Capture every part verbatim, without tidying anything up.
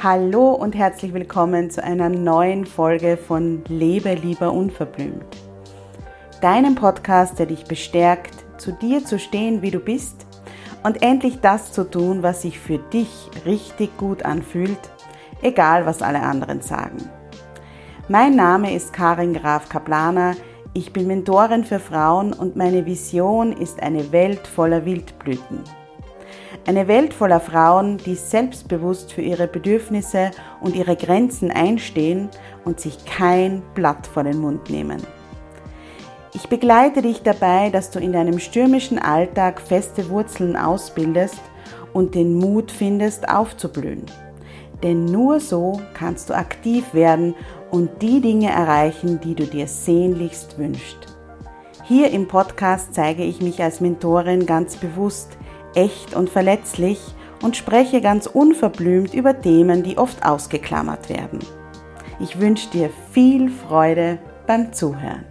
Hallo und herzlich willkommen zu einer neuen Folge von Lebe lieber unverblümt. Deinem Podcast, der dich bestärkt, zu dir zu stehen, wie du bist und endlich das zu tun, was sich für dich richtig gut anfühlt, egal was alle anderen sagen. Mein Name ist Karin Graf Kaplaner, ich bin Mentorin für Frauen und meine Vision ist eine Welt voller Wildblüten. Eine Welt voller Frauen, die selbstbewusst für ihre Bedürfnisse und ihre Grenzen einstehen und sich kein Blatt vor den Mund nehmen. Ich begleite dich dabei, dass du in deinem stürmischen Alltag feste Wurzeln ausbildest und den Mut findest, aufzublühen. Denn nur so kannst du aktiv werden und die Dinge erreichen, die du dir sehnlichst wünschst. Hier im Podcast zeige ich mich als Mentorin ganz bewusst, echt und verletzlich und spreche ganz unverblümt über Themen, die oft ausgeklammert werden. Ich wünsche dir viel Freude beim Zuhören.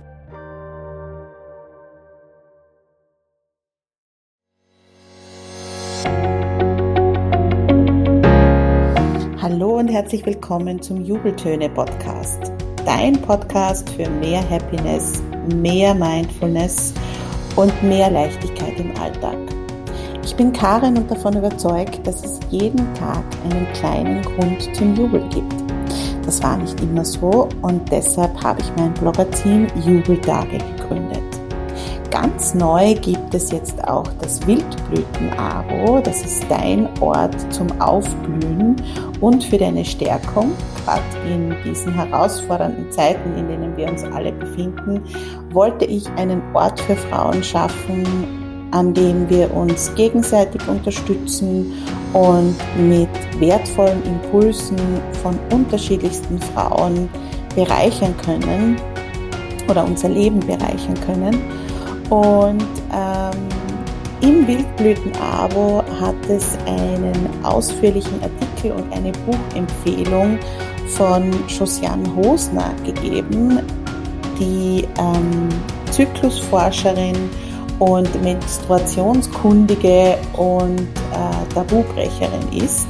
Hallo und herzlich willkommen zum Jubeltöne-Podcast. Dein Podcast für mehr Happiness, mehr Mindfulness und mehr Leichtigkeit im Alltag. Ich bin Karin und davon überzeugt, dass es jeden Tag einen kleinen Grund zum Jubel gibt. Das war nicht immer so und deshalb habe ich mein Bloggerteam Jubeltage gegründet. Ganz neu gibt es jetzt auch das Wildblüten-Abo. Das ist dein Ort zum Aufblühen und für deine Stärkung. Gerade in diesen herausfordernden Zeiten, in denen wir uns alle befinden, wollte ich einen Ort für Frauen schaffen, an dem wir uns gegenseitig unterstützen und mit wertvollen Impulsen von unterschiedlichsten Frauen bereichern können oder unser Leben bereichern können. Und ähm, im Wildblüten-Abo hat es einen ausführlichen Artikel und eine Buchempfehlung von Josiane Hosner gegeben, die ähm, Zyklusforscherin und Menstruationskundige und äh, Tabubrecherin ist.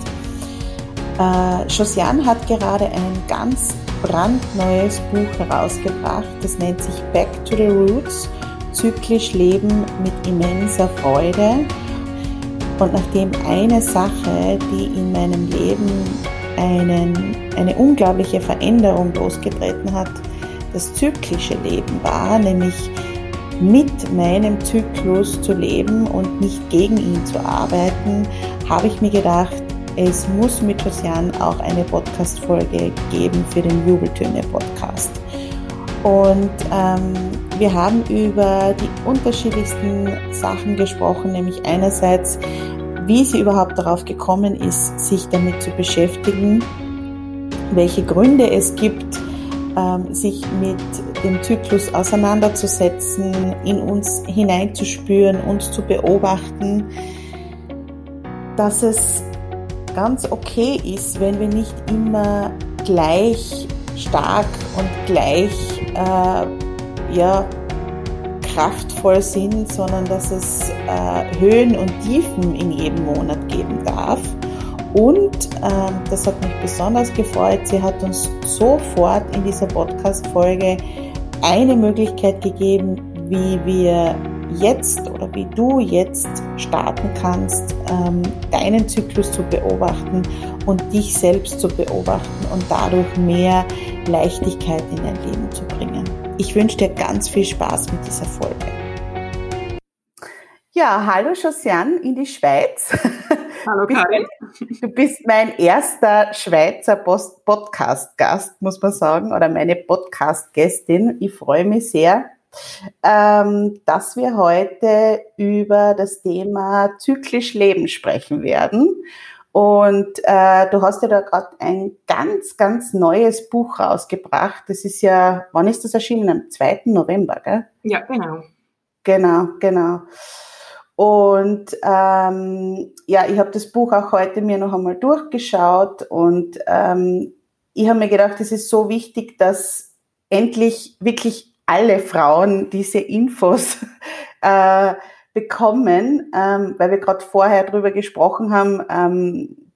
Äh, Josiane hat gerade ein ganz brandneues Buch herausgebracht, das nennt sich Back to the Roots, zyklisch Leben mit immenser Freude. Und nachdem eine Sache, die in meinem Leben einen, eine unglaubliche Veränderung losgetreten hat, das zyklische Leben war, nämlich mit meinem Zyklus zu leben und nicht gegen ihn zu arbeiten, habe ich mir gedacht, es muss mit Josiane auch eine Podcast-Folge geben für den Jubeltöne-Podcast. Und ähm, wir haben über die unterschiedlichsten Sachen gesprochen, nämlich einerseits, wie sie überhaupt darauf gekommen ist, sich damit zu beschäftigen, welche Gründe es gibt, ähm, sich mit dem Zyklus auseinanderzusetzen, in uns hineinzuspüren, uns zu beobachten, dass es ganz okay ist, wenn wir nicht immer gleich stark und gleich äh, ja, kraftvoll sind, sondern dass es äh, Höhen und Tiefen in jedem Monat geben darf. Und ähm, das hat mich besonders gefreut, sie hat uns sofort in dieser Podcast-Folge eine Möglichkeit gegeben, wie wir jetzt oder wie du jetzt starten kannst, ähm, deinen Zyklus zu beobachten und dich selbst zu beobachten und dadurch mehr Leichtigkeit in dein Leben zu bringen. Ich wünsche dir ganz viel Spaß mit dieser Folge. Ja, hallo Josiane in die Schweiz. Hallo Karin. Du bist mein erster Schweizer Podcast-Gast, muss man sagen, oder meine Podcast-Gästin. Ich freue mich sehr, ähm, dass wir heute über das Thema zyklisch Leben sprechen werden. Und äh, du hast ja da gerade ein ganz, ganz neues Buch rausgebracht. Das ist ja, wann ist das erschienen? Am zweiten November, gell? Ja, genau. Genau, genau. Und ähm, ja, ich habe das Buch auch heute mir noch einmal durchgeschaut und ähm, ich habe mir gedacht, es ist so wichtig, dass endlich wirklich alle Frauen diese Infos äh, bekommen, ähm, weil wir gerade vorher drüber gesprochen haben, ähm,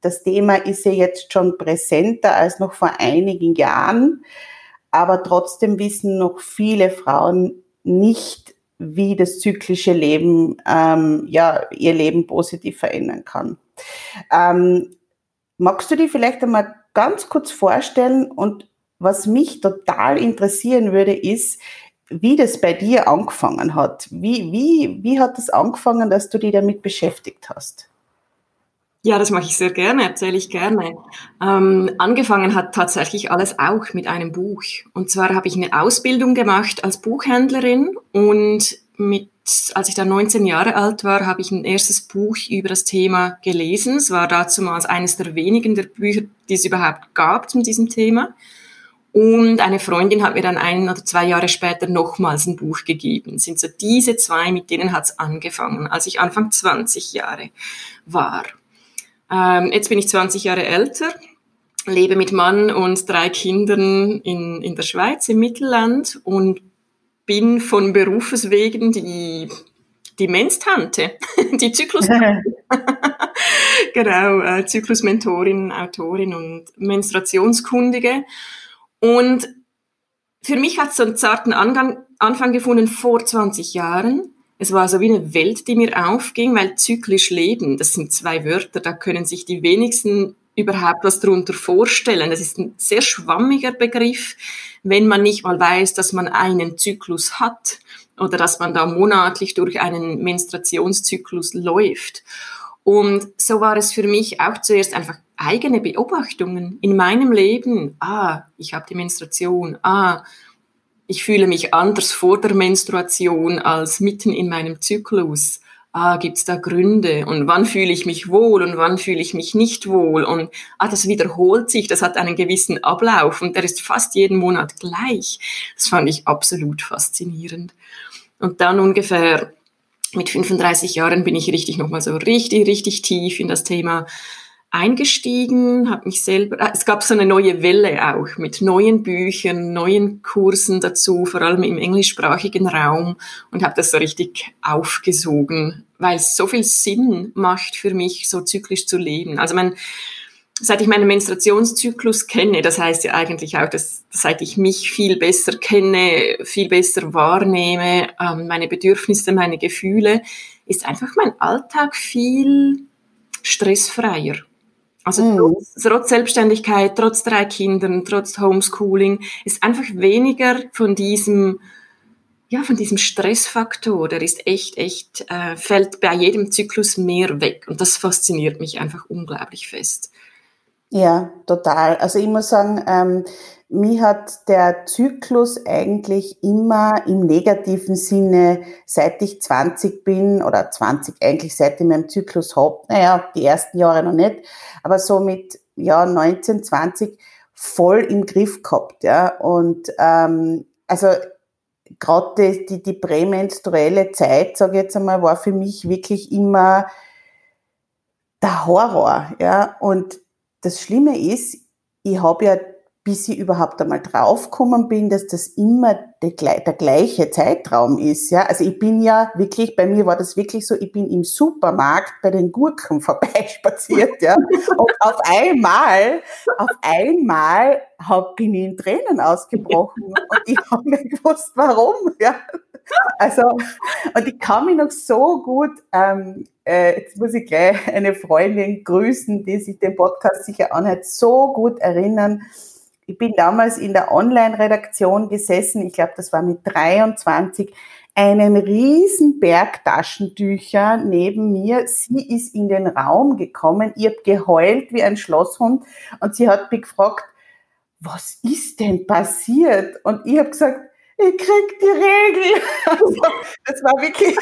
das Thema ist ja jetzt schon präsenter als noch vor einigen Jahren, aber trotzdem wissen noch viele Frauen nicht, wie das zyklische Leben ähm, ja ihr Leben positiv verändern kann. Ähm, magst du dir vielleicht einmal ganz kurz vorstellen, und was mich total interessieren würde, ist, wie das bei dir angefangen hat. Wie, wie, wie hat es angefangen, dass du dich damit beschäftigt hast? Ja, das mache ich sehr gerne, erzähle ich gerne. Ähm, angefangen hat tatsächlich alles auch mit einem Buch. Und zwar habe ich eine Ausbildung gemacht als Buchhändlerin und mit, als ich dann neunzehn Jahre alt war, habe ich ein erstes Buch über das Thema gelesen. Es war dazumals eines der wenigen der Bücher, die es überhaupt gab zu diesem Thema. Und eine Freundin hat mir dann ein oder zwei Jahre später nochmals ein Buch gegeben. Es sind so diese zwei, mit denen hat es angefangen, als ich Anfang zwanzig Jahre war. Ähm, jetzt bin ich zwanzig Jahre älter, lebe mit Mann und drei Kindern in, in der Schweiz, im Mittelland, und bin von Berufes wegen die, die Menstante, die Zyklustante. Genau, äh, Zyklusmentorin, Autorin und Menstruationskundige. Und für mich hat es so einen zarten Angang, Anfang gefunden vor zwanzig Jahren. Es war so wie eine Welt, die mir aufging, weil zyklisch leben, das sind zwei Wörter, da können sich die wenigsten überhaupt was darunter vorstellen. Das ist ein sehr schwammiger Begriff, wenn man nicht mal weiß, dass man einen Zyklus hat oder dass man da monatlich durch einen Menstruationszyklus läuft. Und so war es für mich auch zuerst einfach eigene Beobachtungen in meinem Leben. Ah, ich habe die Menstruation. Ah, ich fühle mich anders vor der Menstruation als mitten in meinem Zyklus. Ah, gibt's da Gründe? Und wann fühle ich mich wohl und wann fühle ich mich nicht wohl? Und ah, das wiederholt sich, das hat einen gewissen Ablauf und der ist fast jeden Monat gleich. Das fand ich absolut faszinierend. Und dann ungefähr mit fünfunddreißig Jahren bin ich richtig nochmal so richtig, richtig tief in das Thema eingestiegen, habe mich selber, es gab so eine neue Welle auch mit neuen Büchern, neuen Kursen dazu, vor allem im englischsprachigen Raum, und habe das so richtig aufgesogen, weil es so viel Sinn macht für mich, so zyklisch zu leben. Also mein, seit ich meinen Menstruationszyklus kenne, das heißt ja eigentlich auch, dass seit ich mich viel besser kenne, viel besser wahrnehme, ähm, meine Bedürfnisse, meine Gefühle, ist einfach mein Alltag viel stressfreier. Also Mhm. trotz, trotz Selbstständigkeit, trotz drei Kindern, trotz Homeschooling, ist einfach weniger von diesem, ja, von diesem Stressfaktor. Der ist echt, echt, äh, fällt bei jedem Zyklus mehr weg. Und das fasziniert mich einfach unglaublich fest. Ja, total. Also ich muss sagen, ähm, mich hat der Zyklus eigentlich immer im negativen Sinne, seit ich zwanzig bin, oder zwanzig eigentlich, seit ich meinen Zyklus hab, naja, die ersten Jahre noch nicht, aber so mit, ja, neunzehn, zwanzig voll im Griff gehabt, ja. Und, ähm, also, gerade die, die, die prämenstruelle Zeit, sage ich jetzt einmal, war für mich wirklich immer der Horror, ja. Und das Schlimme ist, ich habe ja, bis ich überhaupt einmal draufgekommen bin, dass das immer der, der gleiche Zeitraum ist, ja. Also ich bin ja wirklich, bei mir war das wirklich so, ich bin im Supermarkt bei den Gurken vorbeispaziert, ja. Und auf einmal, auf einmal hab, bin ich in Tränen ausgebrochen und ich habe nicht gewusst, warum, ja. Also, und ich kann mich noch so gut, ähm, äh, jetzt muss ich gleich eine Freundin grüßen, die sich den Podcast sicher anhört, so gut erinnern. Ich bin damals in der Online-Redaktion gesessen, ich glaube, das war mit dreiundzwanzig, einen riesen Berg Taschentücher neben mir. Sie ist in den Raum gekommen, ich habe geheult wie ein Schlosshund und sie hat mich gefragt, was ist denn passiert? Und ich habe gesagt, ich krieg die Regel. Also, das war wirklich,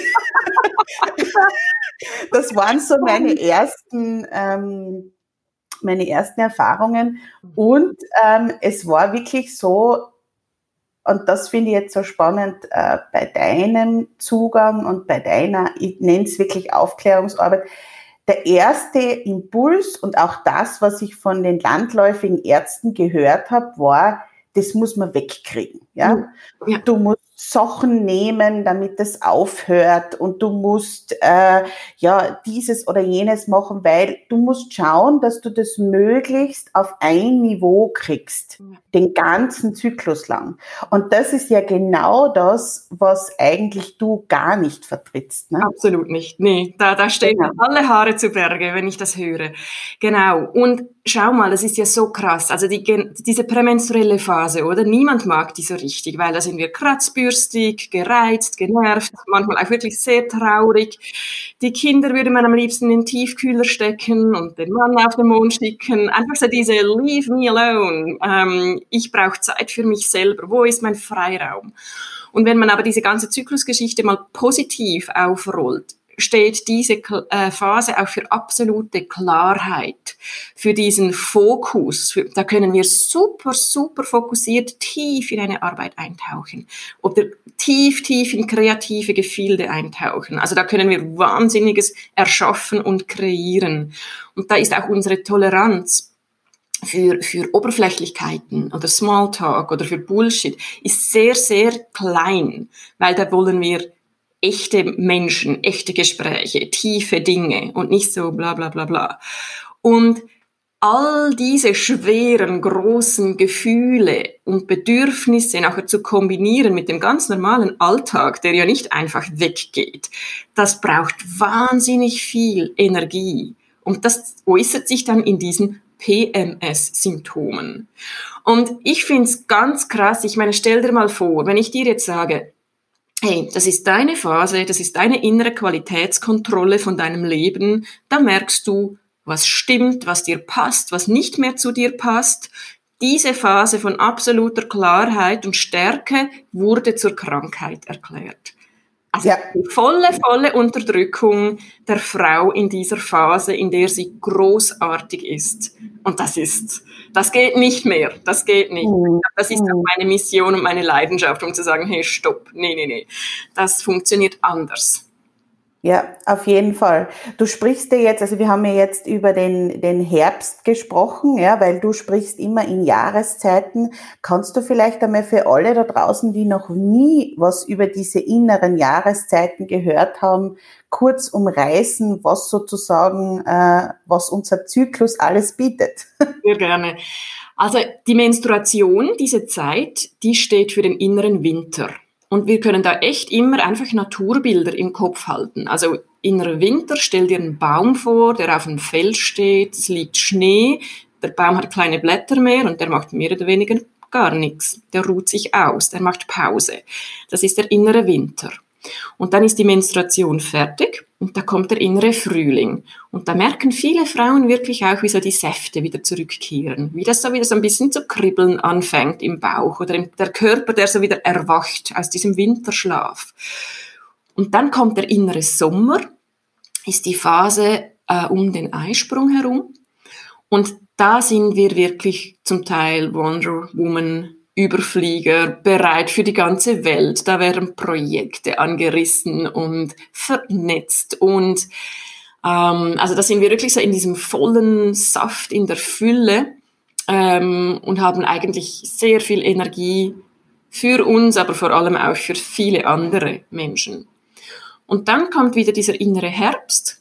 das waren so meine ersten, ähm, meine ersten Erfahrungen. Und ähm, es war wirklich so, und das finde ich jetzt so spannend, äh, bei deinem Zugang und bei deiner, ich nenne es wirklich Aufklärungsarbeit, der erste Impuls und auch das, was ich von den landläufigen Ärzten gehört habe, war, das muss man wegkriegen. Ja? Ja. Du musst Sachen nehmen, damit es aufhört und du musst äh, ja dieses oder jenes machen, weil du musst schauen, dass du das möglichst auf ein Niveau kriegst, den ganzen Zyklus lang. Und das ist ja genau das, was eigentlich du gar nicht vertrittst. Ne? Absolut nicht. Nee, da, da stehen genau. alle Haare zu Berge, wenn ich das höre. Genau. Und schau mal, das ist ja so krass. Also die, diese prämenstruelle Phase, oder? Niemand mag die so richtig, weil da sind wir kratzbürstig, gereizt, genervt, manchmal auch wirklich sehr traurig. Die Kinder würde man am liebsten in den Tiefkühler stecken und den Mann auf den Mond schicken. Einfach so diese Leave me alone. Ähm, ich brauche Zeit für mich selber. Wo ist mein Freiraum? Und wenn man aber diese ganze Zyklusgeschichte mal positiv aufrollt, steht diese äh, Phase auch für absolute Klarheit, für diesen Fokus. Für, da können wir super, super fokussiert tief in eine Arbeit eintauchen oder tief, tief in kreative Gefilde eintauchen. Also da können wir Wahnsinniges erschaffen und kreieren. Und da ist auch unsere Toleranz für, für Oberflächlichkeiten oder Smalltalk oder für Bullshit ist sehr, sehr klein, weil da wollen wir echte Menschen, echte Gespräche, tiefe Dinge und nicht so bla bla bla bla. Und all diese schweren, großen Gefühle und Bedürfnisse nachher zu kombinieren mit dem ganz normalen Alltag, der ja nicht einfach weggeht, das braucht wahnsinnig viel Energie. Und das äußert sich dann in diesen P M S-Symptomen. Und ich find's ganz krass, ich meine, stell dir mal vor, wenn ich dir jetzt sage, hey, das ist deine Phase, das ist deine innere Qualitätskontrolle von deinem Leben, da merkst du, was stimmt, was dir passt, was nicht mehr zu dir passt. Diese Phase von absoluter Klarheit und Stärke wurde zur Krankheit erklärt. Also ja. Die volle, volle Unterdrückung der Frau in dieser Phase, in der sie großartig ist. Und das ist, das geht nicht mehr. Das geht nicht. Das ist auch meine Mission und meine Leidenschaft, um zu sagen, hey, stopp, nee, nee, nee. Das funktioniert anders. Ja, auf jeden Fall. Du sprichst ja jetzt, also wir haben ja jetzt über den, den Herbst gesprochen, ja, weil du sprichst immer in Jahreszeiten. Kannst du vielleicht einmal für alle da draußen, die noch nie was über diese inneren Jahreszeiten gehört haben, kurz umreißen, was sozusagen, äh, was unser Zyklus alles bietet? Sehr gerne. Also die Menstruation, diese Zeit, die steht für den inneren Winter. Und wir können da echt immer einfach Naturbilder im Kopf halten. Also innerer Winter, stell dir einen Baum vor, der auf einem Feld steht, es liegt Schnee, der Baum hat keine Blätter mehr und der macht mehr oder weniger gar nichts. Der ruht sich aus, der macht Pause. Das ist der innere Winter. Und dann ist die Menstruation fertig und da kommt der innere Frühling. Und da merken viele Frauen wirklich auch, wie so die Säfte wieder zurückkehren. Wie das so wieder so ein bisschen zu kribbeln anfängt im Bauch oder im, der Körper, der so wieder erwacht aus diesem Winterschlaf. Und dann kommt der innere Sommer, ist die Phase äh, um den Eisprung herum. Und da sind wir wirklich zum Teil Wonder Woman Überflieger, bereit für die ganze Welt. Da werden Projekte angerissen und vernetzt und ähm, also da sind wir wirklich so in diesem vollen Saft, in der Fülle ähm, und haben eigentlich sehr viel Energie für uns, aber vor allem auch für viele andere Menschen. Und dann kommt wieder dieser innere Herbst.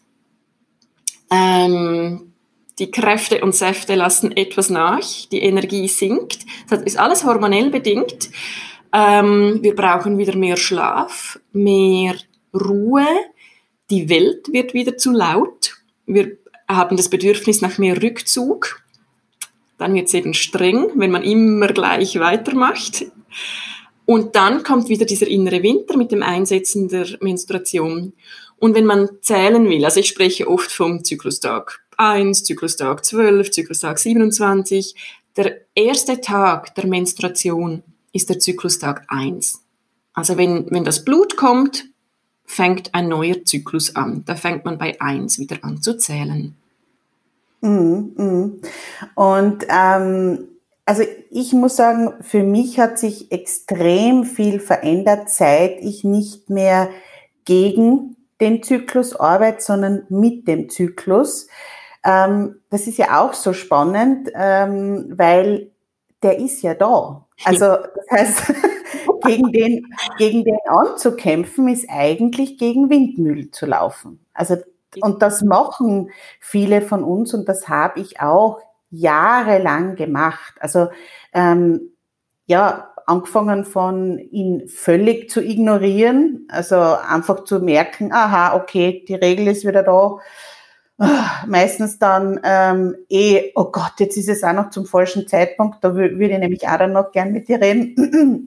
Ähm, Die Kräfte und Säfte lassen etwas nach, die Energie sinkt. Das ist alles hormonell bedingt. Ähm, wir brauchen wieder mehr Schlaf, mehr Ruhe. Die Welt wird wieder zu laut. Wir haben das Bedürfnis nach mehr Rückzug. Dann wird es eben streng, wenn man immer gleich weitermacht. Und dann kommt wieder dieser innere Winter mit dem Einsetzen der Menstruation. Und wenn man zählen will, also ich spreche oft vom Zyklustag eins, Zyklustag zwölf, Zyklustag siebenundzwanzig. Der erste Tag der Menstruation ist der Zyklustag eins. Also wenn, wenn das Blut kommt, fängt ein neuer Zyklus an. Da fängt man bei eins wieder an zu zählen. Mm, mm. Und ähm, also ich muss sagen, für mich hat sich extrem viel verändert, seit ich nicht mehr gegen den Zyklus arbeite, sondern mit dem Zyklus. Ähm, das ist ja auch so spannend, ähm, weil der ist ja da. Also das heißt, gegen den, gegen den anzukämpfen, ist eigentlich gegen Windmühlen zu laufen. Also, und das machen viele von uns und das habe ich auch jahrelang gemacht. Also, ähm, ja, angefangen von ihn völlig zu ignorieren, also einfach zu merken, aha, okay, die Regel ist wieder da. Meistens dann ähm, eh, oh Gott, jetzt ist es auch noch zum falschen Zeitpunkt, da würde ich nämlich auch dann noch gern mit dir reden.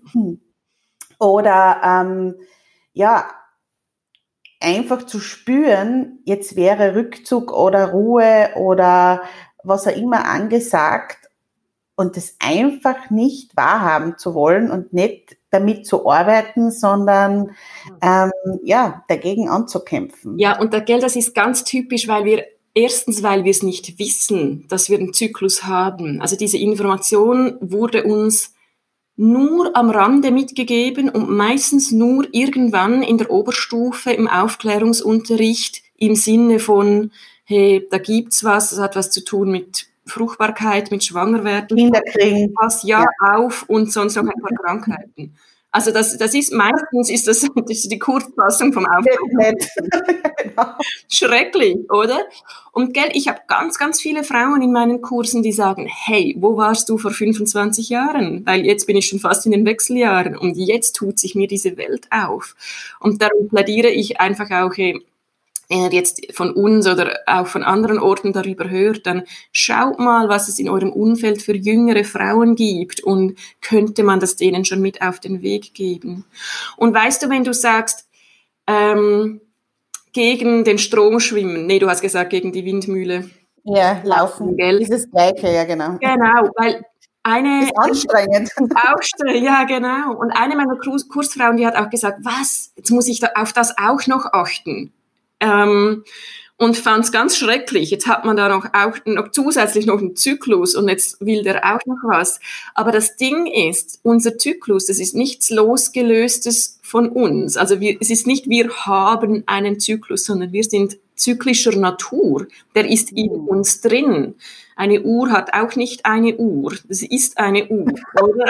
Oder ähm, ja, einfach zu spüren, jetzt wäre Rückzug oder Ruhe oder was auch immer angesagt und das einfach nicht wahrhaben zu wollen und nicht damit zu arbeiten, sondern ähm, ja, dagegen anzukämpfen. Ja, und da, gell, das ist ganz typisch, weil wir erstens, weil wir es nicht wissen, dass wir einen Zyklus haben. Also diese Information wurde uns nur am Rande mitgegeben und meistens nur irgendwann in der Oberstufe im Aufklärungsunterricht im Sinne von, hey, da gibt's was, das hat was zu tun mit Fruchtbarkeit, mit Schwangerwerden, Kinder kriegen, pass ja, ja auf und sonst noch ein paar Krankheiten. Also das, das ist meistens ist das, das ist die Kurzfassung vom Aufklärung. Genau. Schrecklich, oder? Und gell, ich habe ganz, ganz viele Frauen in meinen Kursen, die sagen, hey, wo warst du vor fünfundzwanzig Jahren? Weil jetzt bin ich schon fast in den Wechseljahren und jetzt tut sich mir diese Welt auf. Und darum plädiere ich einfach auch, hey, wenn ihr jetzt von uns oder auch von anderen Orten darüber hört, dann schaut mal, was es in eurem Umfeld für jüngere Frauen gibt und könnte man das denen schon mit auf den Weg geben. Und weißt du, wenn du sagst, ähm, gegen den Strom schwimmen, nee, du hast gesagt, gegen die Windmühle. Ja, laufen, gell? Ist das Gleiche, ja genau. Genau, weil eine... Ist anstrengend. Auch, ja, genau. Und eine meiner Kursfrauen, die hat auch gesagt, was, jetzt muss ich da auf das auch noch achten. Ähm, und fand es ganz schrecklich. Jetzt hat man da noch, auch, noch zusätzlich noch einen Zyklus und jetzt will der auch noch was. Aber das Ding ist, unser Zyklus, das ist nichts Losgelöstes von uns. Also wir, es ist nicht, wir haben einen Zyklus, sondern wir sind zyklischer Natur. Der ist in uns drin. Eine Uhr hat auch nicht eine Uhr. Das ist eine Uhr, oder?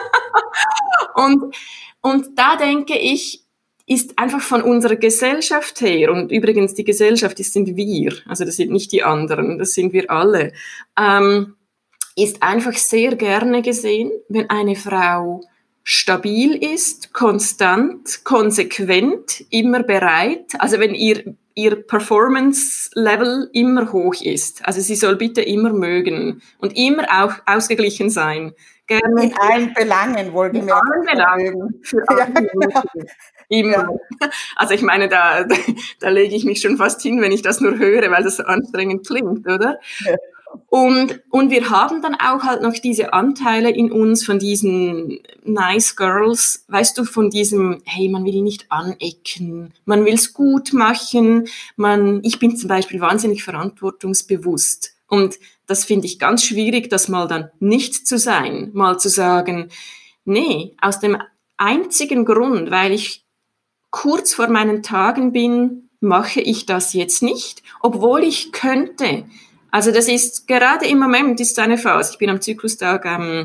und, und da denke ich, ist einfach von unserer Gesellschaft her, und übrigens die Gesellschaft, das sind wir, also das sind nicht die anderen, das sind wir alle, ähm, ist einfach sehr gerne gesehen, wenn eine Frau stabil ist, konstant, konsequent, immer bereit, also wenn ihr, ihr Performance-Level immer hoch ist. Also sie soll bitte immer mögen und immer auch ausgeglichen sein. Gerne in allen Belangen, wohlgemerkt. In allen Belangen. Für alle. Ja, genau. Immer. Ja. Also ich meine, da, da, da lege ich mich schon fast hin, wenn ich das nur höre, weil das so anstrengend klingt, oder? Ja. Und, und wir haben dann auch halt noch diese Anteile in uns von diesen nice girls, weißt du, von diesem, hey, man will nicht anecken, man will's gut machen, man, ich bin zum Beispiel wahnsinnig verantwortungsbewusst. Und das finde ich ganz schwierig, das mal dann nicht zu sein, mal zu sagen, nee, aus dem einzigen Grund, weil ich kurz vor meinen Tagen bin, mache ich das jetzt nicht, obwohl ich könnte. Also das ist gerade im Moment ist eine Phase. Ich bin am Zyklustag ähm,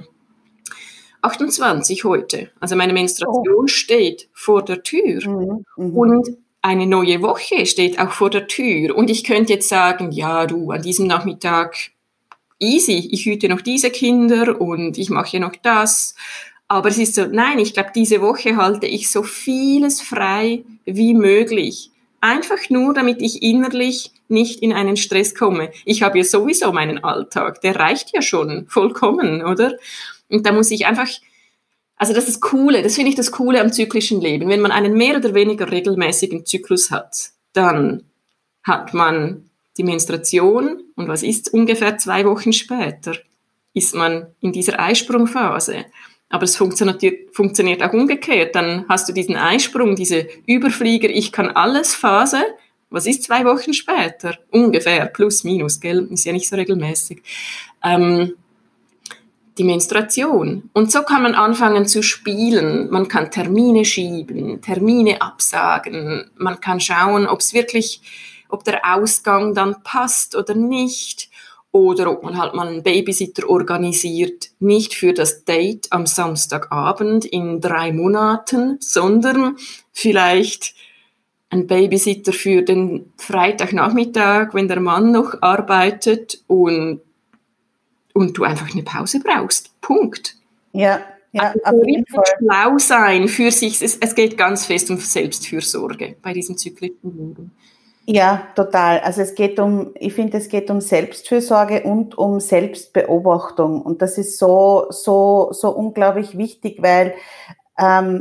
achtundzwanzig heute. Also meine Menstruation oh. steht vor der Tür. Mhm. Mhm. Und eine neue Woche steht auch vor der Tür. Und ich könnte jetzt sagen, ja du, an diesem Nachmittag easy, ich hüte noch diese Kinder und ich mache noch das. Aber es ist so, nein, ich glaube, diese Woche halte ich so vieles frei wie möglich. Einfach nur, damit ich innerlich nicht in einen Stress komme. Ich habe ja sowieso meinen Alltag, der reicht ja schon vollkommen, oder? Und da muss ich einfach, also das ist das Coole, das finde ich das Coole am zyklischen Leben. Wenn man einen mehr oder weniger regelmäßigen Zyklus hat, dann hat man die Menstruation und was ist ungefähr zwei Wochen später? Ist man in dieser Eisprungphase. Aber es funktioniert, funktioniert auch umgekehrt. Dann hast du diesen Eisprung, diese Überflieger-Ich-kann-alles-Phase. Was ist zwei Wochen später? Ungefähr, plus, minus, gell? Ist ja nicht so regelmäßig. Ähm, die Menstruation. Und so kann man anfangen zu spielen. Man kann Termine schieben, Termine absagen. Man kann schauen, ob es wirklich, ob der Ausgang dann passt oder nicht. oder ob man halt mal einen Babysitter organisiert, nicht für das Date am Samstagabend in drei Monaten, sondern vielleicht ein Babysitter für den Freitagnachmittag, wenn der Mann noch arbeitet und, und du einfach eine Pause brauchst. Punkt. Ja, ja, also auf jeden Fall. Schlau sein für sich. Es, es geht ganz fest um Selbstfürsorge bei diesem zyklischen Leben. Ja, total. Also es geht um, ich finde, es geht um Selbstfürsorge und um Selbstbeobachtung. Und das ist so, so, so unglaublich wichtig, weil ähm,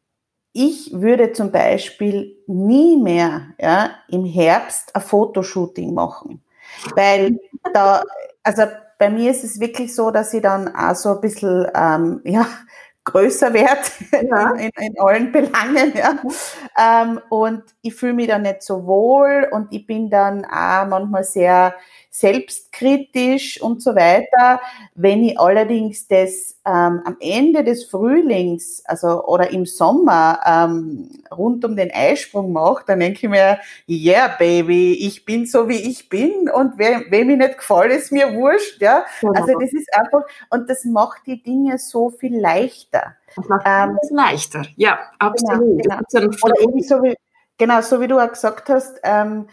ich würde zum Beispiel nie mehr ja, im Herbst ein Fotoshooting machen. Weil da, also bei mir ist es wirklich so, dass ich dann auch so ein bisschen, ähm, ja, größer werde ja. in, in, in allen Belangen, ja. Ähm, und ich fühle mich dann nicht so wohl und ich bin dann auch manchmal sehr selbstkritisch und so weiter. Wenn ich allerdings das ähm, am Ende des Frühlings, also oder im Sommer ähm, rund um den Eisprung mache, dann denke ich mir, yeah, baby, ich bin so wie ich bin und wem, wem mir nicht gefällt, ist mir wurscht, ja. Genau. Also das ist einfach, und das macht die Dinge so viel leichter. Das macht ähm, es leichter, ja, absolut. Genau, genau. Oder eben so wie, genau, so wie du auch gesagt hast, ähm,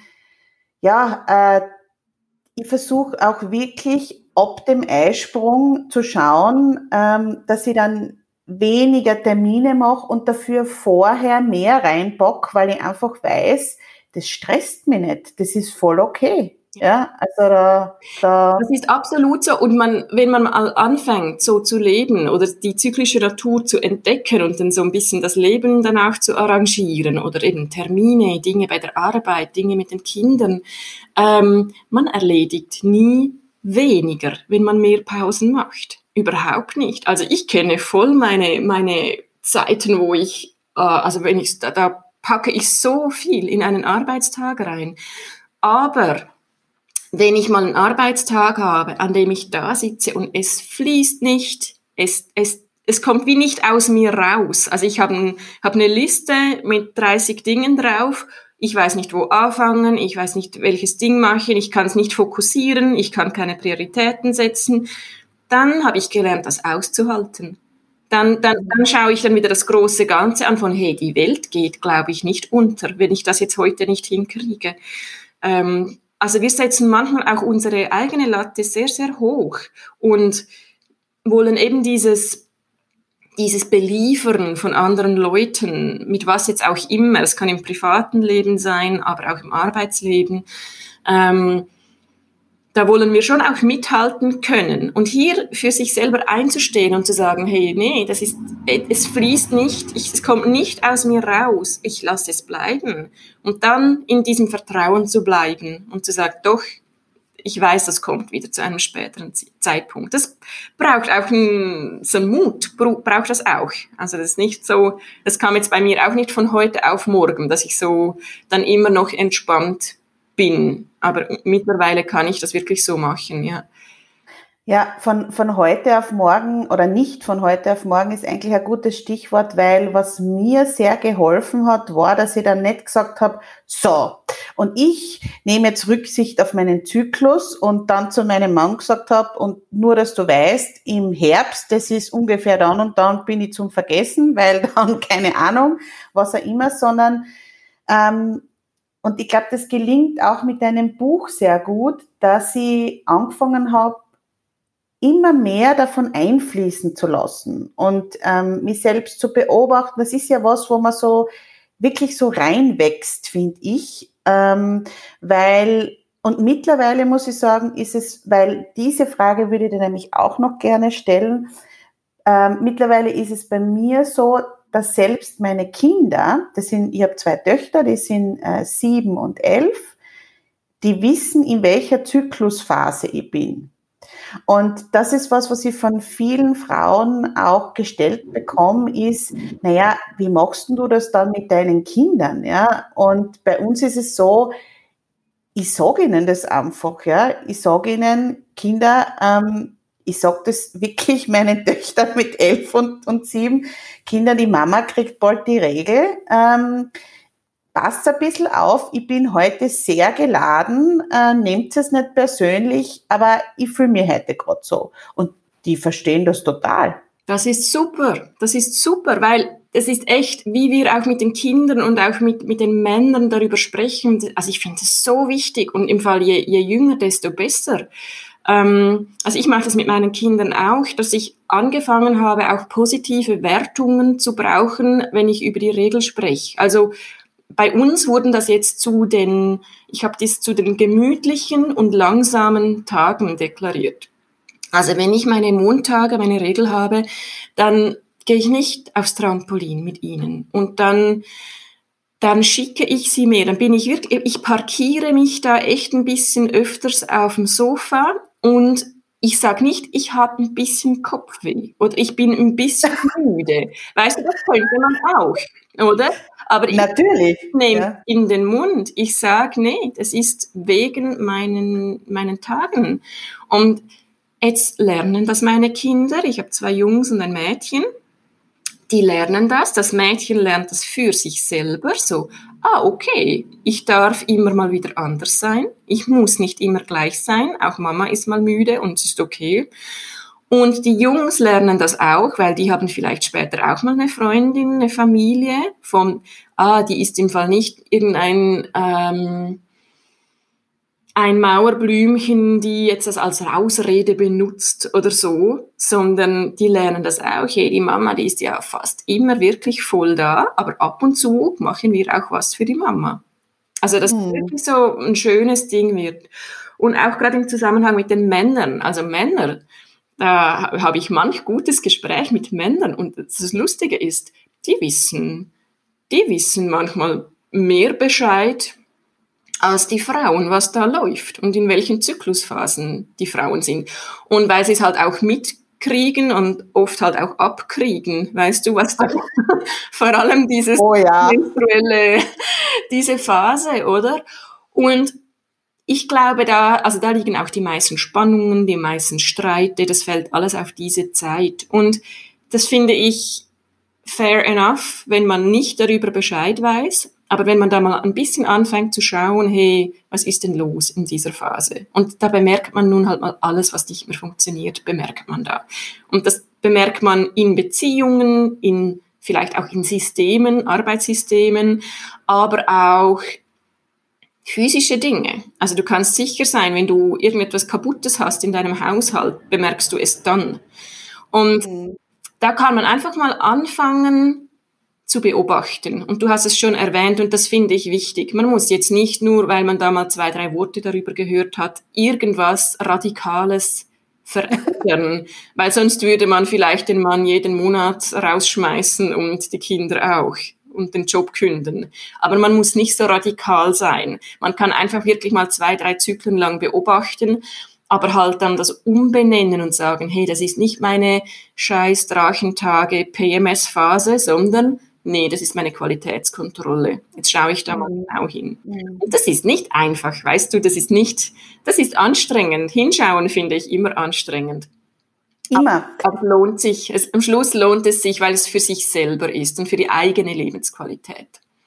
ja, äh, ich versuche auch wirklich ab dem Eisprung zu schauen, ähm, dass ich dann weniger Termine mache und dafür vorher mehr reinpacke, weil ich einfach weiß, das stresst mich nicht, das ist voll okay. Ja, also da, da das ist absolut so. Und man, wenn man mal anfängt, so zu leben oder die zyklische Natur zu entdecken und dann so ein bisschen das Leben danach zu arrangieren oder eben Termine, Dinge bei der Arbeit, Dinge mit den Kindern, ähm, man erledigt nie weniger, wenn man mehr Pausen macht. Überhaupt nicht. Also ich kenne voll meine, meine Zeiten, wo ich, äh, also wenn ich, da, da packe ich so viel in einen Arbeitstag rein. Aber wenn ich mal einen Arbeitstag habe, an dem ich da sitze und es fließt nicht, es, es, es kommt wie nicht aus mir raus. Also ich habe ein, hab eine Liste mit dreißig Dingen drauf. Ich weiß nicht, wo anfangen. Ich weiß nicht, welches Ding machen. Ich kann es nicht fokussieren. Ich kann keine Prioritäten setzen. Dann habe ich gelernt, das auszuhalten. Dann, dann, dann schaue ich dann wieder das große Ganze an von, hey, die Welt geht, glaube ich, nicht unter, wenn ich das jetzt heute nicht hinkriege. Ähm, Also wir setzen manchmal auch unsere eigene Latte sehr, sehr hoch und wollen eben dieses, dieses Beliefern von anderen Leuten, mit was jetzt auch immer, es kann im privaten Leben sein, aber auch im Arbeitsleben, ähm, da wollen wir schon auch mithalten können. Und hier für sich selber einzustehen und zu sagen, hey, nee, das ist, es fließt nicht, ich, es kommt nicht aus mir raus, ich lasse es bleiben. Und dann in diesem Vertrauen zu bleiben und zu sagen, doch, ich weiß, das kommt wieder zu einem späteren Zeitpunkt. Das braucht auch einen, so einen Mut, braucht das auch. Also das ist nicht so, das kam jetzt bei mir auch nicht von heute auf morgen, dass ich so dann immer noch entspannt bin. Aber mittlerweile kann ich das wirklich so machen, ja. Ja, von, von heute auf morgen oder nicht von heute auf morgen ist eigentlich ein gutes Stichwort, weil was mir sehr geholfen hat, war, dass ich dann nicht gesagt habe, so, und ich nehme jetzt Rücksicht auf meinen Zyklus und dann zu meinem Mann gesagt habe, und nur, dass du weißt, im Herbst, das ist ungefähr dann und dann bin ich zum Vergessen, weil dann keine Ahnung, was auch immer, sondern ähm, und ich glaube, das gelingt auch mit einem Buch sehr gut, dass ich angefangen habe, immer mehr davon einfließen zu lassen und ähm, mich selbst zu beobachten. Das ist ja was, wo man so wirklich so reinwächst, finde ich, ähm, weil, und mittlerweile muss ich sagen, ist es, weil diese Frage würde ich dir nämlich auch noch gerne stellen, ähm, mittlerweile ist es bei mir so, dass selbst meine Kinder, das sind, ich habe zwei Töchter, die sind äh, sieben und elf, die wissen, in welcher Zyklusphase ich bin. Und das ist was, was ich von vielen Frauen auch gestellt bekomme, ist, naja, wie machst du das dann mit deinen Kindern? Ja? Und bei uns ist es so, ich sage ihnen das einfach, ja. Ich sage ihnen, Kinder, ähm, ich sage das wirklich meinen Töchtern mit elf und, und sieben, Kinder, die Mama kriegt bald die Regel, ähm, passt ein bisschen auf, ich bin heute sehr geladen, äh, nehmt es nicht persönlich, aber ich fühle mich heute gerade so. Und die verstehen das total. Das ist super, das ist super, weil es ist echt, wie wir auch mit den Kindern und auch mit, mit den Männern darüber sprechen. Also ich finde es so wichtig und im Fall je, je jünger, desto besser. Ähm, also ich mache das mit meinen Kindern auch, dass ich angefangen habe, auch positive Wertungen zu brauchen, wenn ich über die Regel spreche. Also bei uns wurden das jetzt zu den, ich habe das zu den gemütlichen und langsamen Tagen deklariert. Also wenn ich meine Montage, meine Regel habe, dann gehe ich nicht aufs Trampolin mit ihnen und dann dann schicke ich sie mehr. Dann bin ich wirklich, ich parkiere mich da echt ein bisschen öfters auf dem Sofa und ich sage nicht, ich habe ein bisschen Kopfweh oder ich bin ein bisschen müde. Weißt du, das könnte man auch, oder? Aber ich Natürlich, nehme ja. in den Mund. Ich sage, nee, das ist wegen meinen, meinen Tagen. Und jetzt lernen das meine Kinder. Ich habe zwei Jungs und ein Mädchen. Die lernen das. Das Mädchen lernt das für sich selber. So, ah, okay, ich darf immer mal wieder anders sein. Ich muss nicht immer gleich sein. Auch Mama ist mal müde und es ist okay. Und die Jungs lernen das auch, weil die haben vielleicht später auch mal eine Freundin, eine Familie. Von, ah, die ist im Fall nicht irgendein ähm, ein Mauerblümchen, die jetzt das als Ausrede benutzt oder so, sondern die lernen das auch. Hey, die Mama, die ist ja fast immer wirklich voll da, aber ab und zu machen wir auch was für die Mama. Also, dass Hm. wirklich so ein schönes Ding wird. Und auch gerade im Zusammenhang mit den Männern. Also Männer, da habe ich manch gutes Gespräch mit Männern und das Lustige ist, die wissen, die wissen manchmal mehr Bescheid als die Frauen, was da läuft und in welchen Zyklusphasen die Frauen sind. Und weil sie es halt auch mitkriegen und oft halt auch abkriegen, weißt du, was da vor allem dieses Oh ja. menstruelle, diese Phase, oder? Und ich glaube, da, also da liegen auch die meisten Spannungen, die meisten Streite, das fällt alles auf diese Zeit. Und das finde ich fair enough, wenn man nicht darüber Bescheid weiß. Aber wenn man da mal ein bisschen anfängt zu schauen, hey, was ist denn los in dieser Phase? Und da bemerkt man nun halt mal alles, was nicht mehr funktioniert, bemerkt man da. Und das bemerkt man in Beziehungen, in vielleicht auch in Systemen, Arbeitssystemen, aber auch physische Dinge. Also du kannst sicher sein, wenn du irgendetwas Kaputtes hast in deinem Haushalt, bemerkst du es dann. Und mhm. da kann man einfach mal anfangen zu beobachten. Und du hast es schon erwähnt und das finde ich wichtig. Man muss jetzt nicht nur, weil man da mal zwei, drei Worte darüber gehört hat, irgendwas Radikales verändern, weil sonst würde man vielleicht den Mann jeden Monat rausschmeißen und die Kinder auch und den Job künden. Aber man muss nicht so radikal sein. Man kann einfach wirklich mal zwei, drei Zyklen lang beobachten, aber halt dann das umbenennen und sagen, hey, das ist nicht meine scheiß Drachentage P M S-Phase, sondern nee, das ist meine Qualitätskontrolle. Jetzt schaue ich da mal genau hin. Und das ist nicht einfach, weißt du, das ist nicht, das ist anstrengend. Hinschauen finde ich immer anstrengend. Immer. Aber, aber lohnt sich, es, am Schluss lohnt es sich, weil es für sich selber ist und für die eigene Lebensqualität.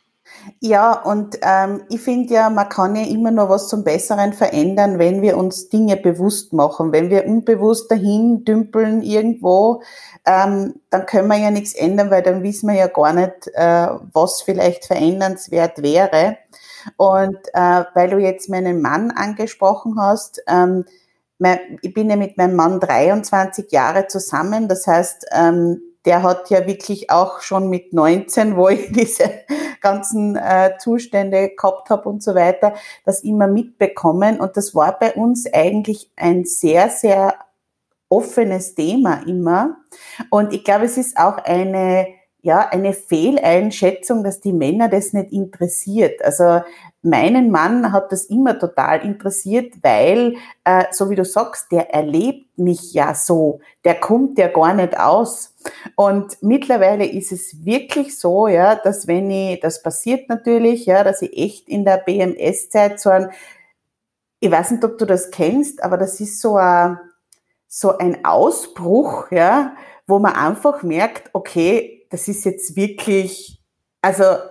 Ja, und ähm, ich finde ja, man kann ja immer noch was zum Besseren verändern, wenn wir uns Dinge bewusst machen. Wenn wir unbewusst dahin dümpeln irgendwo, ähm, dann können wir ja nichts ändern, weil dann wissen wir ja gar nicht, äh, was vielleicht verändernswert wäre. Und äh, weil du jetzt meinen Mann angesprochen hast, ähm, mein, ich bin ja mit meinem Mann dreiundzwanzig Jahre zusammen, das heißt, ähm, der hat ja wirklich auch schon mit neunzehn, wo ich diese ganzen äh, Zustände gehabt habe und so weiter, das immer mitbekommen. Und das war bei uns eigentlich ein sehr, sehr offenes Thema immer. Und ich glaube, es ist auch eine, ja, eine Fehleinschätzung, dass die Männer das nicht interessiert. Also meinen Mann hat das immer total interessiert, weil, äh, so wie du sagst, der erlebt mich ja so, der kommt ja gar nicht aus. Und mittlerweile ist es wirklich so, ja, dass wenn ich, das passiert natürlich, ja, dass ich echt in der B M S-Zeit so ein, ich weiß nicht, ob du das kennst, aber das ist so ein, so ein Ausbruch, ja, wo man einfach merkt, okay, das ist jetzt wirklich, also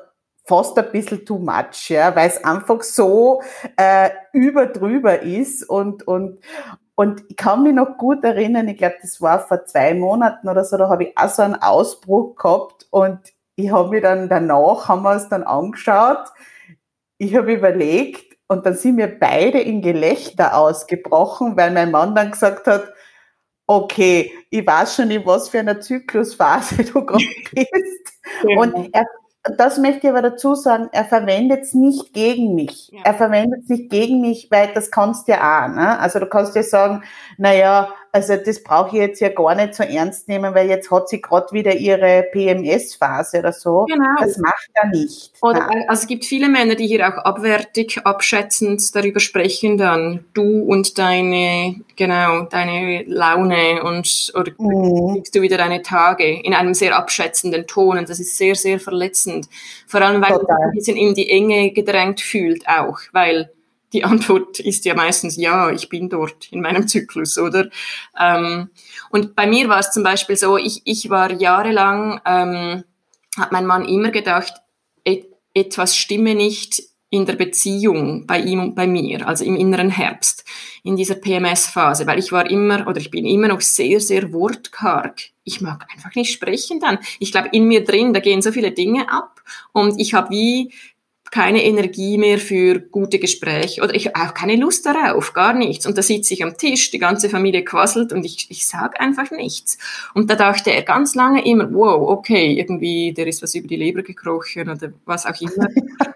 fast ein bisschen too much, ja, weil es einfach so äh, überdrüber ist und und und ich kann mich noch gut erinnern, ich glaube, das war vor zwei Monaten oder so, da habe ich auch so einen Ausbruch gehabt und ich habe mir dann danach, haben wir es dann angeschaut, ich habe überlegt und dann sind wir beide in Gelächter ausgebrochen, weil mein Mann dann gesagt hat, okay, ich weiß schon, in was für einer Zyklusphase du gerade bist. Ja. Und er, das möchte ich aber dazu sagen, er verwendet es nicht gegen mich. Ja. Er verwendet es nicht gegen mich, weil das kannst du ja auch. Ne? Also du kannst ja sagen, naja, also das brauche ich jetzt ja gar nicht so ernst nehmen, weil jetzt hat sie gerade wieder ihre P M S-Phase oder so. Genau. Das macht er nicht. Oder, also es gibt viele Männer, die hier auch abwertig, abschätzend darüber sprechen dann, du und deine, genau, deine Laune und, oder mhm. kriegst du wieder deine Tage in einem sehr abschätzenden Ton und das ist sehr, sehr verletzend. Vor allem, weil Total. man sich ein bisschen in die Enge gedrängt fühlt auch, weil die Antwort ist ja meistens, ja, ich bin dort in meinem Zyklus, oder? Ähm, und bei mir war es zum Beispiel so, ich, ich war jahrelang, ähm, hat mein Mann immer gedacht, et, etwas stimme nicht in der Beziehung bei ihm und bei mir, also im inneren Herbst, in dieser P M S-Phase, weil ich war immer, oder ich bin immer noch sehr, sehr wortkarg. Ich mag einfach nicht sprechen dann. Ich glaube, in mir drin, da gehen so viele Dinge ab und ich habe wie keine Energie mehr für gute Gespräche oder ich auch keine Lust darauf, gar nichts. Und da sitze ich am Tisch, die ganze Familie quasselt und ich, ich sage einfach nichts. Und da dachte er ganz lange immer, wow, okay, irgendwie, der ist was über die Leber gekrochen oder was auch immer.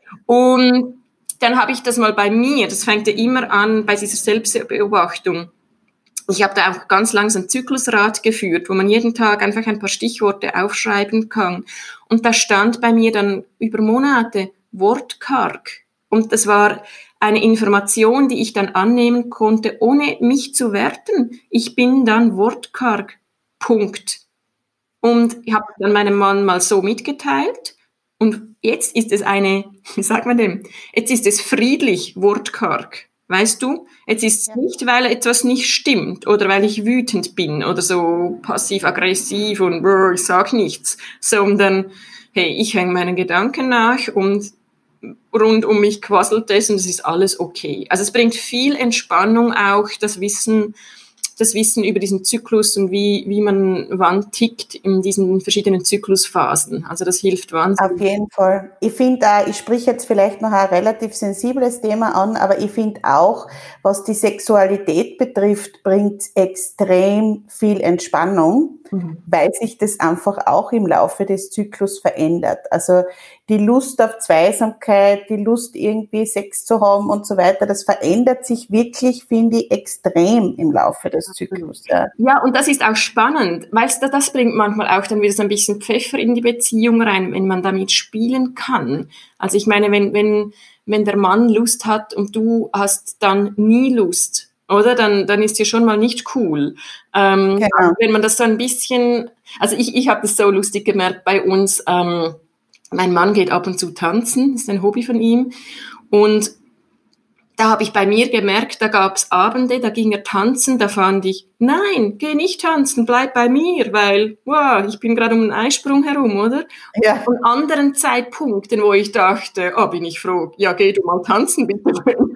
Und dann habe ich das mal bei mir, das fängt ja immer an bei dieser Selbstbeobachtung. Ich habe da auch ganz langsam ein Zyklusrad geführt, wo man jeden Tag einfach ein paar Stichworte aufschreiben kann. Und da stand bei mir dann über Monate wortkarg. Und das war eine Information, die ich dann annehmen konnte, ohne mich zu werten. Ich bin dann wortkarg. Punkt. Und ich habe dann meinem Mann mal so mitgeteilt. Und jetzt ist es eine, wie sagt man dem? Jetzt ist es friedlich wortkarg. Weißt du? Jetzt ist es ja. nicht, weil etwas nicht stimmt oder weil ich wütend bin oder so passiv-aggressiv und brr, ich sag nichts, sondern hey, ich hänge meinen Gedanken nach und rund um mich quasselt es und es ist alles okay. Also es bringt viel Entspannung auch, das Wissen, das Wissen über diesen Zyklus und wie, wie man wann tickt in diesen verschiedenen Zyklusphasen. Also das hilft wahnsinnig. Auf jeden Fall. Ich finde auch, ich spreche jetzt vielleicht noch ein relativ sensibles Thema an, aber ich finde auch, was die Sexualität betrifft, bringt extrem viel Entspannung, mhm. weil sich das einfach auch im Laufe des Zyklus verändert. Also die Lust auf Zweisamkeit, die Lust irgendwie Sex zu haben und so weiter, das verändert sich wirklich, finde ich, extrem im Laufe des Zyklus. Ja, ja und das ist auch spannend, weil das bringt manchmal auch dann wieder so ein bisschen Pfeffer in die Beziehung rein, wenn man damit spielen kann. Also ich meine, wenn, wenn, wenn der Mann Lust hat und du hast dann nie Lust, oder? Dann, dann ist ja schon mal nicht cool. Ähm, genau. Wenn man das so ein bisschen, also ich, ich habe das so lustig gemerkt bei uns, ähm, mein Mann geht ab und zu tanzen, ist ein Hobby von ihm. Und da habe ich bei mir gemerkt, da gab's Abende, da ging er tanzen, da fand ich, nein, geh nicht tanzen, bleib bei mir, weil, wow, ich bin gerade um einen Eisprung herum, oder? Ja. Und an anderen Zeitpunkten, wo ich dachte, oh, bin ich froh, ja, geh du mal tanzen, bitte.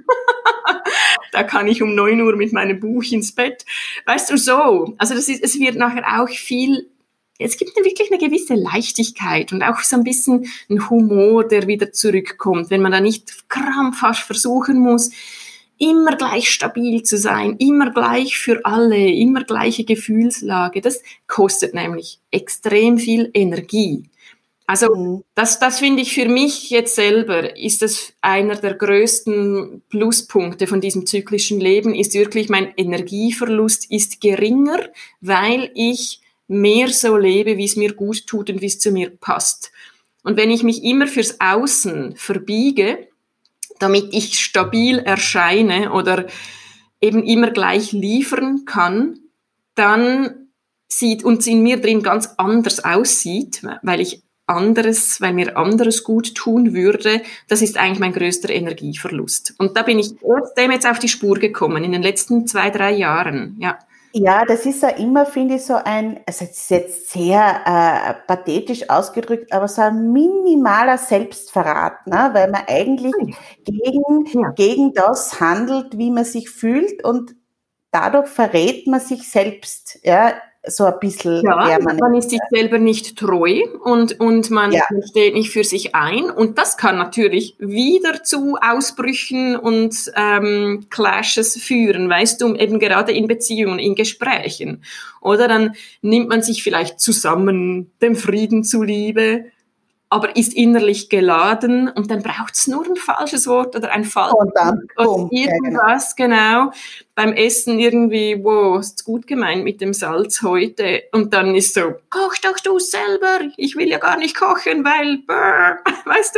Da kann ich um neun Uhr mit meinem Buch ins Bett. Weißt du, so. Also das ist, es wird nachher auch viel, es gibt wirklich eine gewisse Leichtigkeit und auch so ein bisschen ein Humor, der wieder zurückkommt, wenn man da nicht krampfhaft versuchen muss, immer gleich stabil zu sein, immer gleich für alle, immer gleiche Gefühlslage. Das kostet nämlich extrem viel Energie. Also mhm. das, das finde ich für mich jetzt selber, ist das einer der größten Pluspunkte von diesem zyklischen Leben, ist wirklich mein Energieverlust ist geringer, weil ich mehr so lebe, wie es mir gut tut und wie es zu mir passt. Und wenn ich mich immer fürs Außen verbiege, damit ich stabil erscheine oder eben immer gleich liefern kann, dann sieht uns in mir drin ganz anders aussieht, weil ich anderes, weil mir anderes gut tun würde, das ist eigentlich mein größter Energieverlust. Und da bin ich erst dem jetzt auf die Spur gekommen, in den letzten zwei, drei Jahren, ja. Ja, das ist ja immer, finde ich, so ein, also es ist jetzt sehr äh, pathetisch ausgedrückt, aber so ein minimaler Selbstverrat, ne? Weil man eigentlich gegen, Ja. gegen das handelt, wie man sich fühlt und dadurch verrät man sich selbst, ja, so ein bisschen, Ja, wer man man ist. ist sich selber nicht treu und, und man, Ja, man steht nicht für sich ein. Und das kann natürlich wieder zu Ausbrüchen und ähm, Clashes führen, weißt du, eben gerade in Beziehungen, in Gesprächen. Oder dann nimmt man sich vielleicht zusammen dem Frieden zuliebe, aber ist innerlich geladen und dann braucht es nur ein falsches Wort oder ein falsches und dann, oder bumm, ja, genau. irgendwas, genau. Beim Essen irgendwie, wow, ist gut gemeint mit dem Salz heute. Und dann ist so, koch doch du selber, ich will ja gar nicht kochen, weil, brr, weißt du,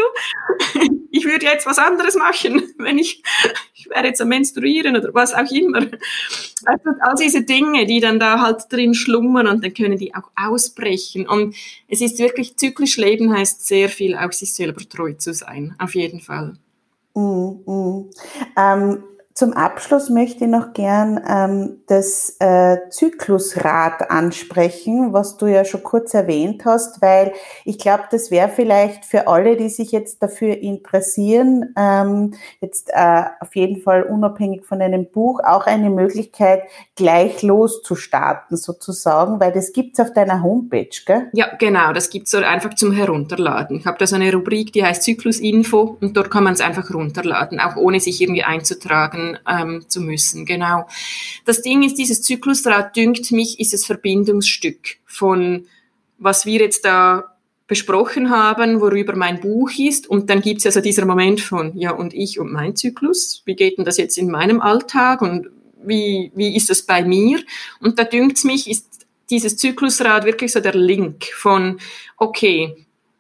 ich würde jetzt was anderes machen, wenn ich, ich wäre jetzt am Menstruieren oder was auch immer. Also all diese Dinge, die dann da halt drin schlummern und dann können die auch ausbrechen. Und es ist wirklich, zyklisch leben heißt sehr viel, auch sich selber treu zu sein, auf jeden Fall. Mm, mm. Ähm, zum Abschluss möchte ich noch gern ähm, das äh, Zyklusrad ansprechen, was du ja schon kurz erwähnt hast, weil ich glaube, das wäre vielleicht für alle, die sich jetzt dafür interessieren, ähm, jetzt äh, auf jeden Fall unabhängig von einem Buch, auch eine Möglichkeit, gleich loszustarten sozusagen, weil das gibt's auf deiner Homepage, gell? Ja, genau, das gibt's so einfach zum Herunterladen. Ich habe da so eine Rubrik, die heißt Zyklusinfo und dort kann man es einfach runterladen, auch ohne sich irgendwie einzutragen ähm, zu müssen. Genau. Das Ding ist, dieses Zyklusrad, dünkt mich, ist das Verbindungsstück von, was wir jetzt da besprochen haben, worüber mein Buch ist. Und dann gibt's ja so dieser Moment von, ja, und ich und mein Zyklus. Wie geht denn das jetzt in meinem Alltag und wie, wie ist das bei mir? Und da dünkt's mich, ist dieses Zyklusrad wirklich so der Link von, okay,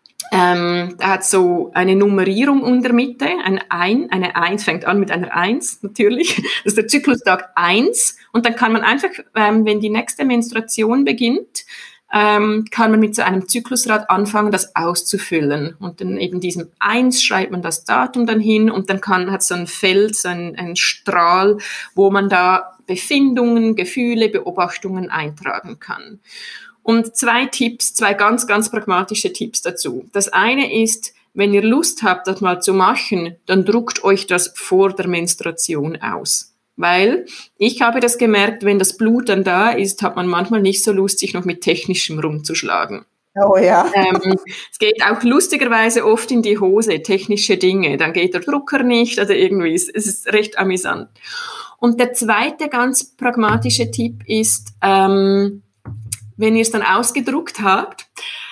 ähm, da hat so eine Nummerierung in der Mitte, ein ein, eine Eins, fängt an mit einer Eins natürlich, das ist der Zyklustag eins und dann kann man einfach, ähm, wenn die nächste Menstruation beginnt, ähm, kann man mit so einem Zyklusrad anfangen, das auszufüllen und dann eben diesem eins schreibt man das Datum dann hin und dann kann, hat so ein Feld, so ein, ein Strahl, wo man da Befindungen, Gefühle, Beobachtungen eintragen kann. Und zwei Tipps, zwei ganz, ganz pragmatische Tipps dazu. Das eine ist, wenn ihr Lust habt, das mal zu machen, dann druckt euch das vor der Menstruation aus. Weil ich habe das gemerkt, wenn das Blut dann da ist, hat man manchmal nicht so Lust, sich noch mit Technischem rumzuschlagen. Oh ja. Ähm, es geht auch lustigerweise oft in die Hose, technische Dinge. Dann geht der Drucker nicht oder irgendwie. Es ist recht amüsant. Und der zweite ganz pragmatische Tipp ist, ähm, wenn ihr es dann ausgedruckt habt,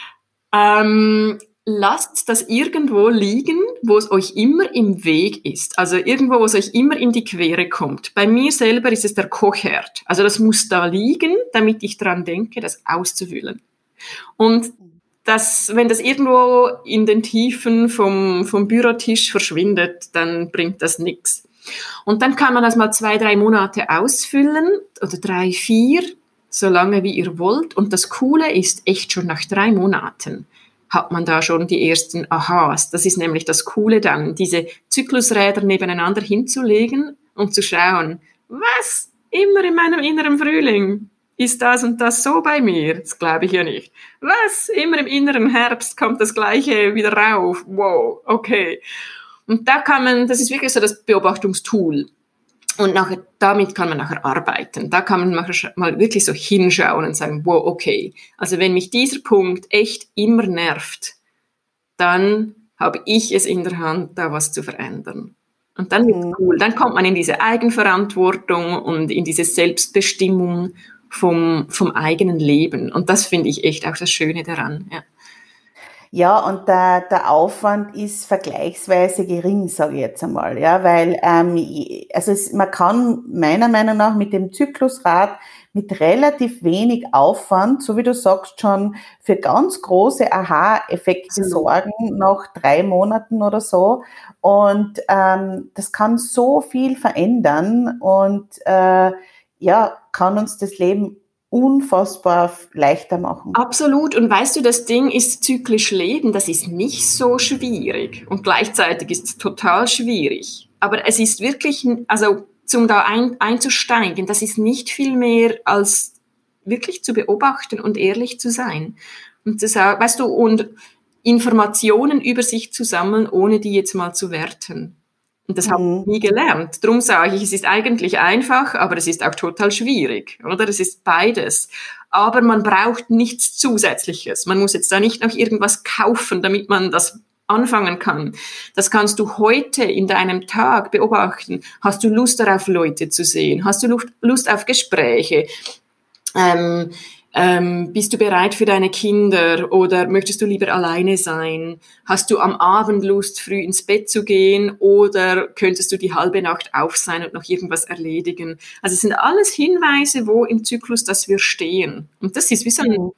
ähm, lasst das irgendwo liegen, wo es euch immer im Weg ist. Also irgendwo, wo es euch immer in die Quere kommt. Bei mir selber ist es der Kochherd. Also das muss da liegen, damit ich dran denke, das auszufüllen. Und das, wenn das irgendwo in den Tiefen vom, vom Bürotisch verschwindet, dann bringt das nichts. Und dann kann man das mal zwei, drei Monate ausfüllen oder drei, vier, so lange wie ihr wollt. Und das Coole ist, echt schon nach drei Monaten hat man da schon die ersten Aha's. Das ist nämlich das Coole dann, diese Zyklusräder nebeneinander hinzulegen und zu schauen, was, immer in meinem inneren Frühling ist das und das so bei mir? Das glaube ich ja nicht. Was, immer im inneren Herbst kommt das Gleiche wieder rauf? Wow, okay. Und da kann man, das ist wirklich so das Beobachtungstool. Und nachher, damit kann man nachher arbeiten. Da kann man nachher mal wirklich so hinschauen und sagen, wow, okay, also wenn mich dieser Punkt echt immer nervt, dann habe ich es in der Hand, da was zu verändern. Und dann wird's Mhm. cool. Dann kommt man in diese Eigenverantwortung und in diese Selbstbestimmung vom, vom eigenen Leben. Und das finde ich echt auch das Schöne daran, ja. Ja, und der, der Aufwand ist vergleichsweise gering, sage ich jetzt einmal, ja, weil ähm, also es, man kann meiner Meinung nach mit dem Zyklusrad mit relativ wenig Aufwand, so wie du sagst, schon für ganz große Aha-Effekte Absolut. sorgen nach drei Monaten oder so. Und ähm, das kann so viel verändern und äh, ja, kann uns das Leben unfassbar leichter machen. Absolut. Und weißt du, das Ding ist zyklisch leben, das ist nicht so schwierig. Und gleichzeitig ist es total schwierig. Aber es ist wirklich, also um da ein, einzusteigen, das ist nicht viel mehr als wirklich zu beobachten und ehrlich zu sein. Und zu sagen, weißt du, und Informationen über sich zu sammeln, ohne die jetzt mal zu werten. Und das mhm. habe ich nie gelernt. Darum sage ich, es ist eigentlich einfach, aber es ist auch total schwierig, oder? Es ist beides. Aber man braucht nichts Zusätzliches. Man muss jetzt da nicht noch irgendwas kaufen, damit man das anfangen kann. Das kannst du heute in deinem Tag beobachten. Hast du Lust darauf, Leute zu sehen? Hast du Lust auf Gespräche? Ähm, Ähm, bist du bereit für deine Kinder oder möchtest du lieber alleine sein? Hast du am Abend Lust, früh ins Bett zu gehen oder könntest du die halbe Nacht auf sein und noch irgendwas erledigen? Also es sind alles Hinweise, wo im Zyklus, dass wir stehen. Und das ist wie so ein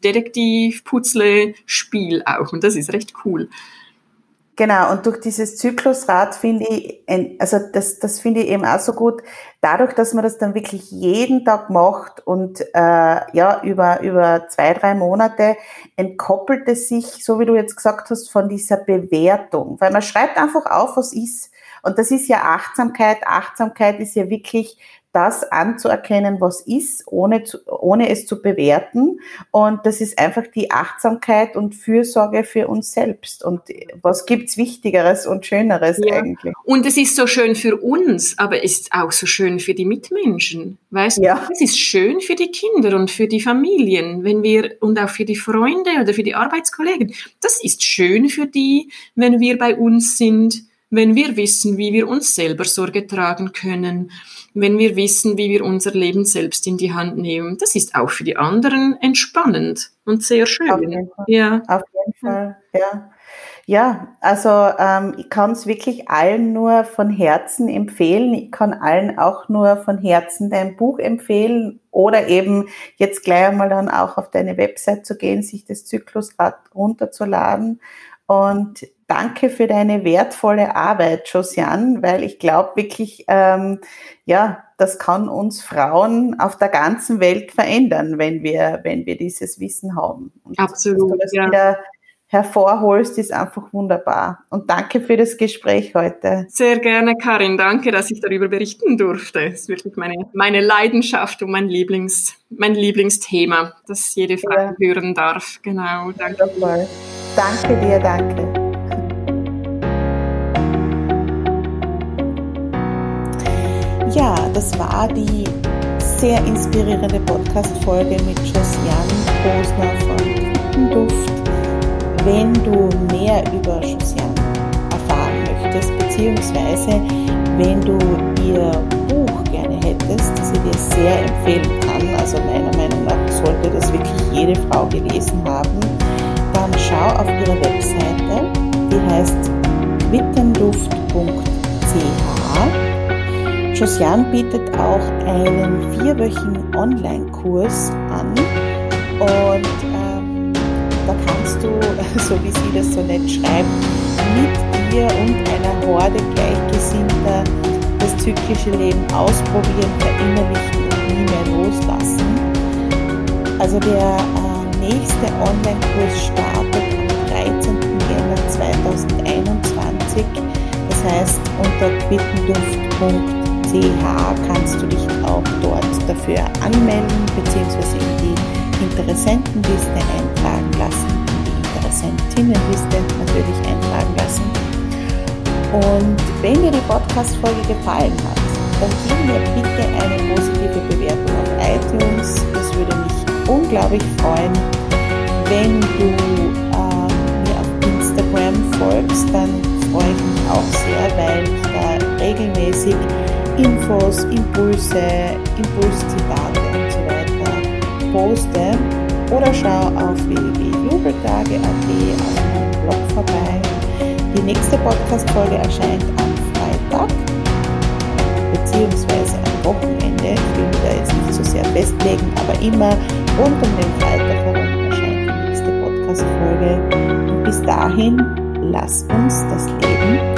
Detektiv-Puzzle-Spiel auch und das ist recht cool. Genau, und durch dieses Zyklusrad finde ich, also das, das finde ich eben auch so gut, dadurch, dass man das dann wirklich jeden Tag macht und äh, ja über über zwei, drei Monate entkoppelt es sich, so wie du jetzt gesagt hast, von dieser Bewertung, weil man schreibt einfach auf, was ist. Und das ist ja Achtsamkeit. Achtsamkeit ist ja wirklich das anzuerkennen, was ist, ohne, zu, ohne es zu bewerten. Und das ist einfach die Achtsamkeit und Fürsorge für uns selbst. Und was gibt's Wichtigeres und Schöneres ja. eigentlich? Und es ist so schön für uns, aber es ist auch so schön für die Mitmenschen. Weißt ja. du, es ist schön für die Kinder und für die Familien, wenn wir, und auch für die Freunde oder für die Arbeitskollegen. Das ist schön für die, wenn wir bei uns sind, wenn wir wissen, wie wir uns selber Sorge tragen können, wenn wir wissen, wie wir unser Leben selbst in die Hand nehmen. Das ist auch für die anderen entspannend und sehr schön. Auf jeden Fall. Ja. Auf jeden Fall, ja. Ja, also ähm, ich kann es wirklich allen nur von Herzen empfehlen. Ich kann allen auch nur von Herzen dein Buch empfehlen oder eben jetzt gleich einmal dann auch auf deine Website zu gehen, sich das Zyklusrad runterzuladen. Und danke für deine wertvolle Arbeit, Josiane, weil ich glaube wirklich, ähm, ja, das kann uns Frauen auf der ganzen Welt verändern, wenn wir, wenn wir dieses Wissen haben. Und absolut, dass du das ja. wieder hervorholst, ist einfach wunderbar. Und danke für das Gespräch heute. Sehr gerne, Karin. Danke, dass ich darüber berichten durfte. Es ist wirklich meine, meine Leidenschaft und mein Lieblings, mein Lieblingsthema, das jede Frau ja. hören darf. Genau, danke. Wundervoll. Danke dir, danke. Ja, das war die sehr inspirierende Podcast-Folge mit Josiane Posner von Quittenduft. Wenn du mehr über Josiane erfahren möchtest, beziehungsweise wenn du ihr Buch gerne hättest, das ich dir sehr empfehlen kann, also meiner Meinung nach sollte das wirklich jede Frau gelesen haben, dann schau auf ihre Webseite, die heißt quittenduft punkt c h. Josiane bietet auch einen vierwöchigen Online-Kurs an und ähm, da kannst du, so wie sie das so nett schreibt, mit ihr und einer Horde Gleichgesinnter das zyklische Leben ausprobieren, verinnerlichen und nie mehr loslassen. Also der äh, nächste Online-Kurs startet am dreizehnten Jänner zweitausendeinundzwanzig. Das heißt, unter quittenduft punkt c h kannst du dich auch dort dafür anmelden bzw. in die Interessentenliste eintragen lassen, die Interessentinnenliste natürlich eintragen lassen. Und wenn dir die Podcast-Folge gefallen hat, dann gib mir bitte eine positive Bewertung auf iTunes. Das würde mich unglaublich freuen. Wenn du äh, mir auf Instagram folgst, dann freue ich mich auch sehr, weil ich da regelmäßig Infos, Impulse, Impulszitate und so weiter poste. Oder schau auf w w w punkt jubeltage punkt a t auf meinem Blog vorbei. Die nächste Podcast-Folge erscheint am Freitag beziehungsweise am Wochenende. Ich will mich da jetzt nicht so sehr festlegen, aber immer rund um den Freitag herum erscheint die nächste Podcast-Folge. Und bis dahin, lass uns das Leben